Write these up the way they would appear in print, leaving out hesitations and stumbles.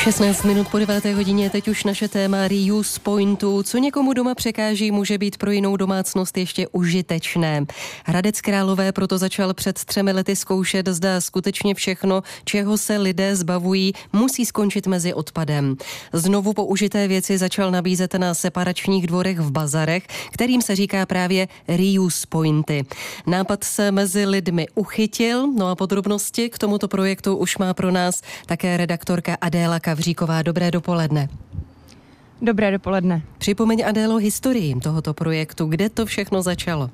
16 minut po 9. hodině, teď už naše téma reuse pointu. Co někomu doma překáží, může být pro jinou domácnost ještě užitečné. Hradec Králové proto začal před 3 lety zkoušet, zda skutečně všechno, čeho se lidé zbavují, musí skončit mezi odpadem. Znovu použité věci začal nabízet na separačních dvorech v bazarech, kterým se říká právě reuse pointy. Nápad se mezi lidmi uchytil, no a podrobnosti k tomuto projektu už má pro nás také redaktorka Adéla Kavříková. Dobré dopoledne. Dobré dopoledne. Připomeň, Adélo, historii tohoto projektu. Kde to všechno začalo?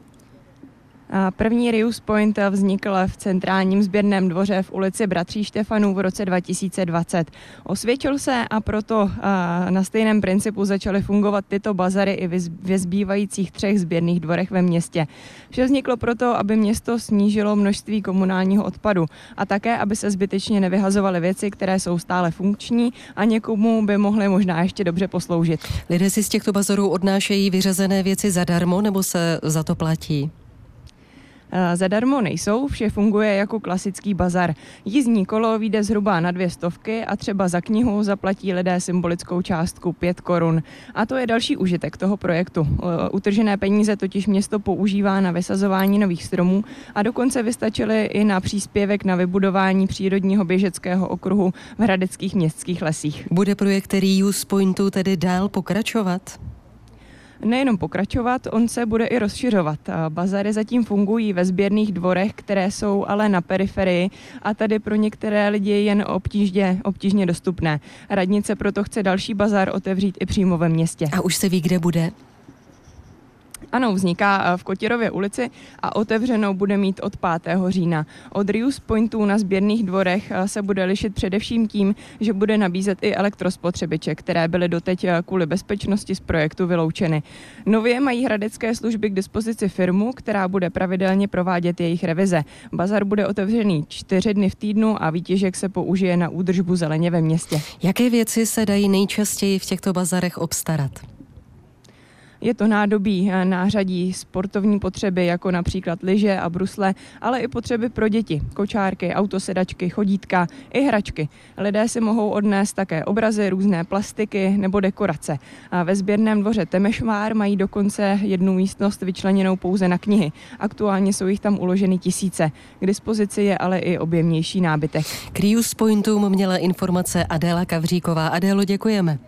První reuse point vznikl v centrálním sběrném dvoře v ulici Bratří Štefanů v roce 2020. Osvědčil se a proto na stejném principu začaly fungovat tyto bazary i ve zbývajících 3 sběrných dvorech ve městě. Vše vzniklo proto, aby město snížilo množství komunálního odpadu a také, aby se zbytečně nevyhazovaly věci, které jsou stále funkční a někomu by mohly možná ještě dobře posloužit. Lidé si z těchto bazarů odnášejí vyřazené věci zadarmo nebo se za to platí? Zadarmo nejsou, vše funguje jako klasický bazar. Jízdní kolo vyjde zhruba na 200 a třeba za knihu zaplatí lidé symbolickou částku 5 korun. A to je další užitek toho projektu. Utržené peníze totiž město používá na vysazování nových stromů a dokonce vystačily i na příspěvek na vybudování přírodního běžeckého okruhu v hradeckých městských lesích. Bude projekt reuse pointu tedy dál pokračovat? Nejenom pokračovat, on se bude i rozšiřovat. Bazary zatím fungují ve sběrných dvorech, které jsou ale na periferii a tady pro některé lidi jen obtížně dostupné. Radnice proto chce další bazar otevřít i přímo ve městě. A už se ví, kde bude? Ano, vzniká v Kotěrově ulici a otevřenou bude mít od 5. října. Od reuse pointů na sběrných dvorech se bude lišit především tím, že bude nabízet i elektrospotřebiče, které byly doteď kvůli bezpečnosti z projektu vyloučeny. Nově mají hradecké služby k dispozici firmu, která bude pravidelně provádět jejich revize. Bazar bude otevřený 4 dny v týdnu a výtěžek se použije na údržbu zeleně ve městě. Jaké věci se dají nejčastěji v těchto bazarech obstarat? Je to nádobí, nářadí, sportovní potřeby, jako například lyže a brusle, ale i potřeby pro děti, kočárky, autosedačky, chodítka i hračky. Lidé si mohou odnést také obrazy, různé plastiky nebo dekorace. A ve sběrném dvoře Temešvár mají dokonce jednu místnost vyčleněnou pouze na knihy. Aktuálně jsou jich tam uloženy tisíce. K dispozici je ale i objemnější nábytek. K reuse pointům měla informace Adéla Kavříková. Adélo, děkujeme.